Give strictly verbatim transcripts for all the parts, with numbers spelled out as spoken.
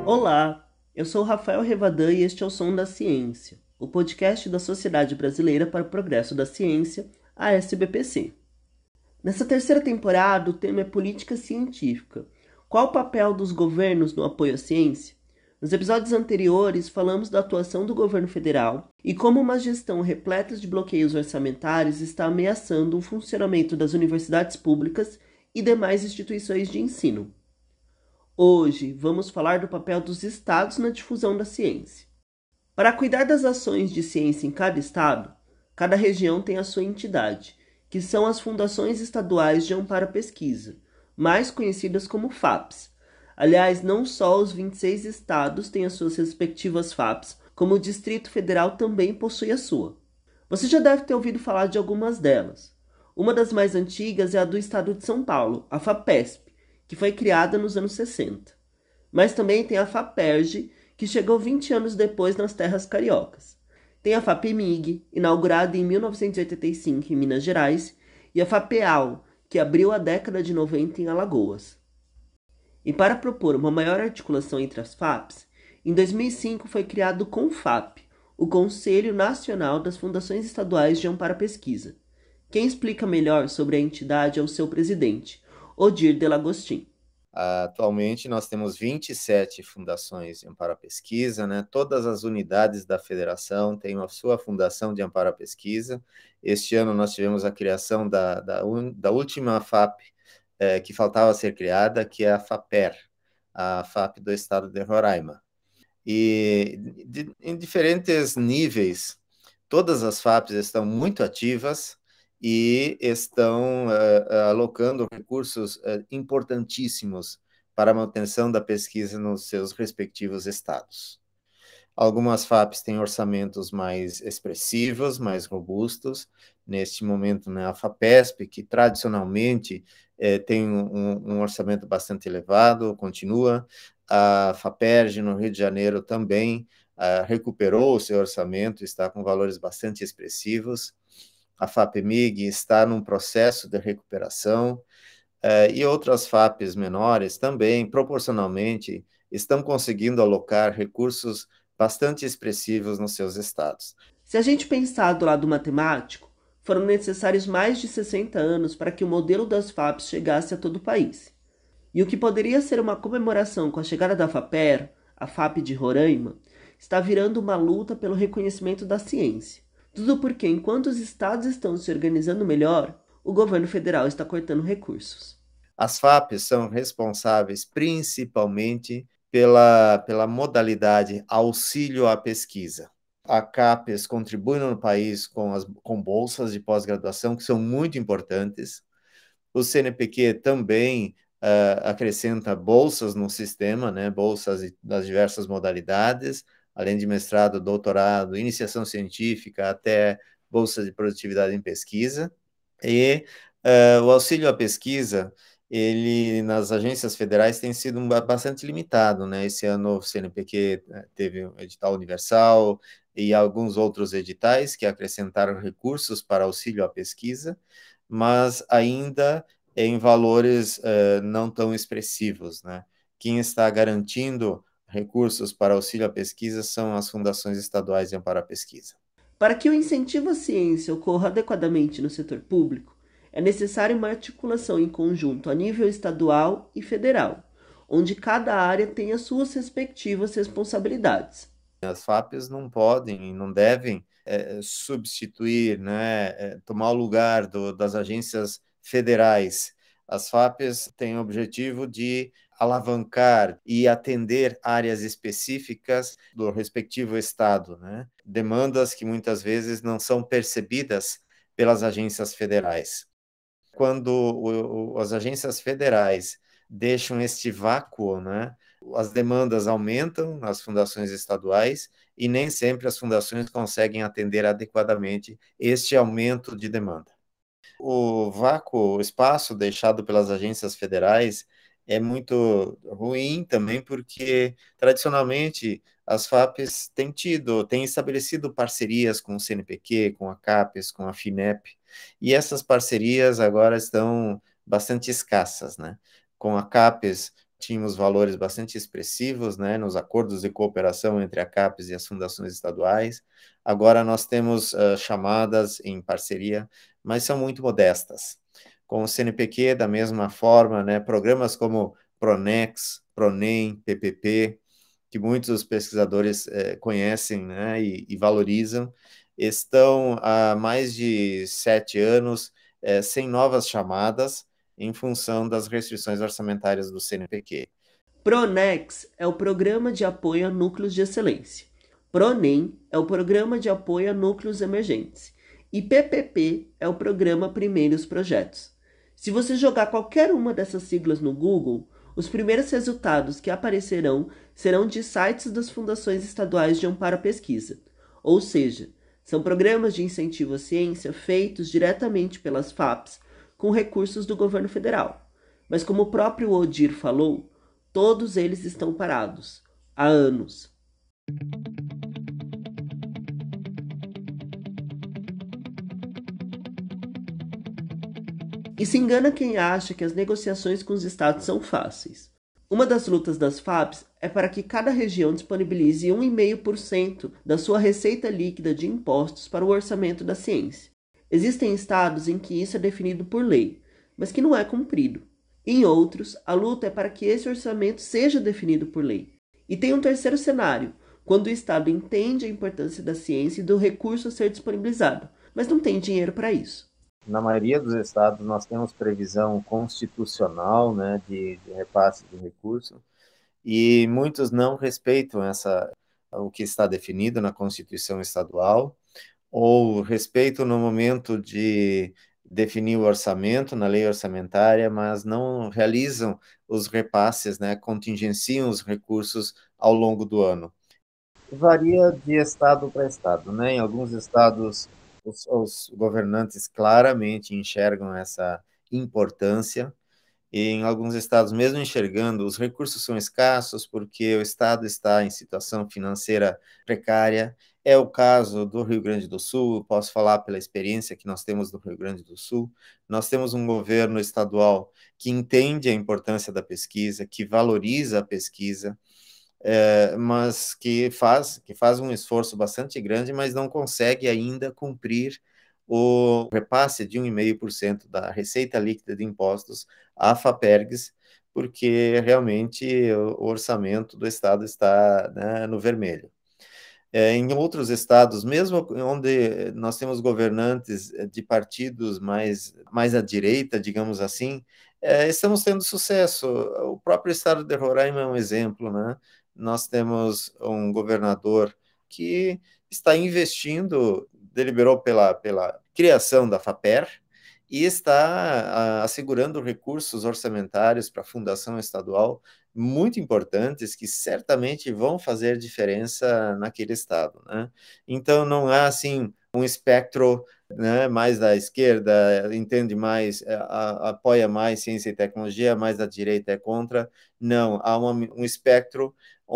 Olá, eu sou Rafael Revadan e este é o Som da Ciência, o podcast da Sociedade Brasileira para o Progresso da Ciência, a S B P C. Nessa terceira temporada, o tema é política científica. Qual o papel dos governos no apoio à ciência? Nos episódios anteriores, falamos da atuação do governo federal e como uma gestão repleta de bloqueios orçamentários está ameaçando o funcionamento das universidades públicas e demais instituições de ensino. Hoje, vamos falar do papel dos estados na difusão da ciência. Para cuidar das ações de ciência em cada estado, cada região tem a sua entidade, que são as Fundações Estaduais de Amparo à Pesquisa, mais conhecidas como FAPs. Aliás, não só os vinte e seis estados têm as suas respectivas FAPs, como o Distrito Federal também possui a sua. Você já deve ter ouvido falar de algumas delas. Uma das mais antigas é a do estado de São Paulo, a FAPESP, que foi criada nos anos sessenta. Mas também tem a FAPERJ, que chegou vinte anos depois nas terras cariocas. Tem a FAPEMIG, inaugurada em mil novecentos e oitenta e cinco em Minas Gerais, e a FAPEAL, que abriu a década de noventa em Alagoas. E para propor uma maior articulação entre as FAPs, em dois mil e cinco foi criado o CONFAP, o Conselho Nacional das Fundações Estaduais de Amparo à Pesquisa. Quem explica melhor sobre a entidade é o seu presidente, Odir Delagostin. Atualmente, nós temos vinte e sete fundações de amparo à pesquisa, né? Todas as unidades da federação têm a sua fundação de amparo à pesquisa. Este ano, nós tivemos a criação da, da, un, da última FAP eh, que faltava ser criada, que é a FAPER, a FAP do estado de Roraima. E de, em diferentes níveis, todas as FAPs estão muito ativas e estão uh, alocando recursos uh, importantíssimos para a manutenção da pesquisa nos seus respectivos estados. Algumas FAPs têm orçamentos mais expressivos, mais robustos. Neste momento, né, a FAPESP, que tradicionalmente eh, tem um, um orçamento bastante elevado, continua. A FAPERJ, no Rio de Janeiro, também uh, recuperou o seu orçamento, está com valores bastante expressivos. A FAPEMIG está num processo de recuperação, uh, e outras FAPs menores também, proporcionalmente, estão conseguindo alocar recursos bastante expressivos nos seus estados. Se a gente pensar do lado matemático, foram necessários mais de sessenta anos para que o modelo das FAPs chegasse a todo o país. E o que poderia ser uma comemoração com a chegada da FAPER, a FAP de Roraima, está virando uma luta pelo reconhecimento da ciência. Tudo porque, enquanto os estados estão se organizando melhor, o governo federal está cortando recursos. As FAPs são responsáveis principalmente pela, pela modalidade auxílio à pesquisa. A CAPES contribui no país com, as, com bolsas de pós-graduação, que são muito importantes. O C N P Q também uh, acrescenta bolsas no sistema, né, bolsas das diversas modalidades, além de mestrado, doutorado, iniciação científica, até bolsa de produtividade em pesquisa. E uh, o auxílio à pesquisa, ele nas agências federais tem sido bastante limitado, né? Esse ano o C N P Q teve um edital universal e alguns outros editais que acrescentaram recursos para auxílio à pesquisa, mas ainda em valores uh, não tão expressivos, né? Quem está garantindo recursos para auxílio à pesquisa são as fundações estaduais de amparo à pesquisa. Para que o incentivo à ciência ocorra adequadamente no setor público, é necessária uma articulação em conjunto a nível estadual e federal, onde cada área tem as suas respectivas responsabilidades. As FAPs não podem e não devem é, substituir, né, é, tomar o lugar do, das agências federais. As FAPs têm o objetivo de alavancar e atender áreas específicas do respectivo estado, né? Demandas que muitas vezes não são percebidas pelas agências federais. Quando o, o, as agências federais deixam este vácuo, né, as demandas aumentam nas fundações estaduais e nem sempre as fundações conseguem atender adequadamente este aumento de demanda. O vácuo, o espaço deixado pelas agências federais é muito ruim também porque, tradicionalmente, as FAPs têm tido, têm estabelecido parcerias com o C N P Q, com a CAPES, com a FINEP, e essas parcerias agora estão bastante escassas, né? Com a CAPES, tínhamos valores bastante expressivos, né, nos acordos de cooperação entre a CAPES e as fundações estaduais. Agora nós temos uh, chamadas em parceria, mas são muito modestas. Com o C N Pq, da mesma forma, né, programas como Pronex, Pronem, P P P, que muitos pesquisadores eh, conhecem, né, e, e valorizam, estão há mais de sete anos eh, sem novas chamadas, em função das restrições orçamentárias do C N Pq. Pronex é o Programa de Apoio a Núcleos de Excelência. Pronem é o Programa de Apoio a Núcleos Emergentes. E P P P é o Programa Primeiros Projetos. Se você jogar qualquer uma dessas siglas no Google, os primeiros resultados que aparecerão serão de sites das fundações estaduais de amparo à pesquisa. Ou seja, são programas de incentivo à ciência feitos diretamente pelas F A Ps com recursos do governo federal. Mas como o próprio Odir falou, todos eles estão parados há anos. E se engana quem acha que as negociações com os estados são fáceis. Uma das lutas das F A Ps é para que cada região disponibilize um vírgula cinco por cento da sua receita líquida de impostos para o orçamento da ciência. Existem estados em que isso é definido por lei, mas que não é cumprido. Em outros, a luta é para que esse orçamento seja definido por lei. E tem um terceiro cenário, quando o Estado entende a importância da ciência e do recurso a ser disponibilizado, mas não tem dinheiro para isso. Na maioria dos estados, nós temos previsão constitucional, né, de, de repasse de recurso, e muitos não respeitam essa, o que está definido na Constituição Estadual, ou respeitam no momento de definir o orçamento, na lei orçamentária, mas não realizam os repasses, né, contingenciam os recursos ao longo do ano. Varia de estado para estado, né? Em alguns estados, os, os governantes claramente enxergam essa importância, e em alguns estados, mesmo enxergando, os recursos são escassos porque o estado está em situação financeira precária. É o caso do Rio Grande do Sul, posso falar pela experiência que nós temos no Rio Grande do Sul. Nós temos um governo estadual que entende a importância da pesquisa, que valoriza a pesquisa, é, mas que faz, que faz um esforço bastante grande, mas não consegue ainda cumprir o repasse de um vírgula cinco por cento da receita líquida de impostos à FAPERGS, porque realmente o orçamento do Estado está, né, no vermelho. É, em outros estados, mesmo onde nós temos governantes de partidos mais, mais à direita, digamos assim, é, estamos tendo sucesso. O próprio estado de Roraima é um exemplo, né? Nós temos um governador que está investindo, deliberou pela, pela criação da FAPER e está a, assegurando recursos orçamentários para a fundação estadual muito importantes que certamente vão fazer diferença naquele estado, né? Então não há assim um espectro, né, mais da esquerda entende mais, a, apoia mais ciência e tecnologia, mais da direita é contra. Não, há uma, um espectro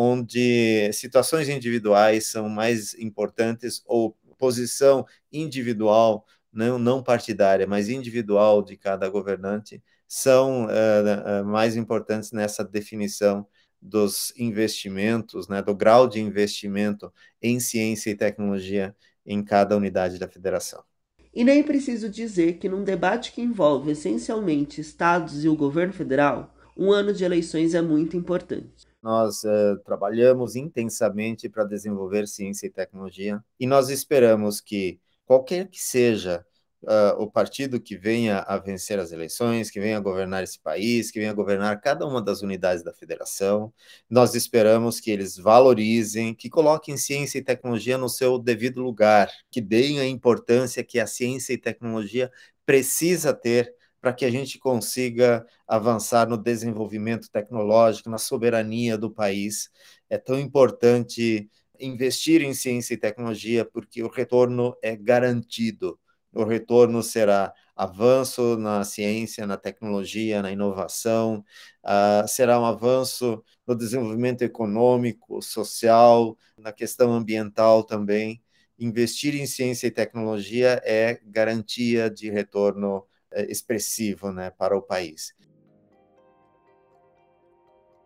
onde situações individuais são mais importantes, ou posição individual, não, não partidária, mas individual de cada governante, são uh, uh, mais importantes nessa definição dos investimentos, né, do grau de investimento em ciência e tecnologia em cada unidade da federação. E nem preciso dizer que num debate que envolve essencialmente estados e o governo federal, um ano de eleições é muito importante. Nós uh, trabalhamos intensamente para desenvolver ciência e tecnologia, e nós esperamos que qualquer que seja Uh, o partido que venha a vencer as eleições, que venha a governar esse país, que venha a governar cada uma das unidades da federação, nós esperamos que eles valorizem, que coloquem ciência e tecnologia no seu devido lugar, que deem a importância que a ciência e tecnologia precisa ter para que a gente consiga avançar no desenvolvimento tecnológico, na soberania do país. É tão importante investir em ciência e tecnologia porque o retorno é garantido. O retorno será avanço na ciência, na tecnologia, na inovação, uh, será um avanço no desenvolvimento econômico, social, na questão ambiental também. Investir em ciência e tecnologia é garantia de retorno uh, expressivo, né, para o país.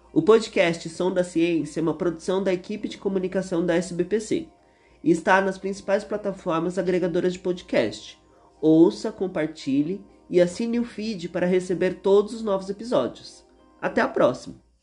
O podcast Som da Ciência é uma produção da equipe de comunicação da S B P C e está nas principais plataformas agregadoras de podcast. Ouça, compartilhe e assine o feed para receber todos os novos episódios. Até a próxima!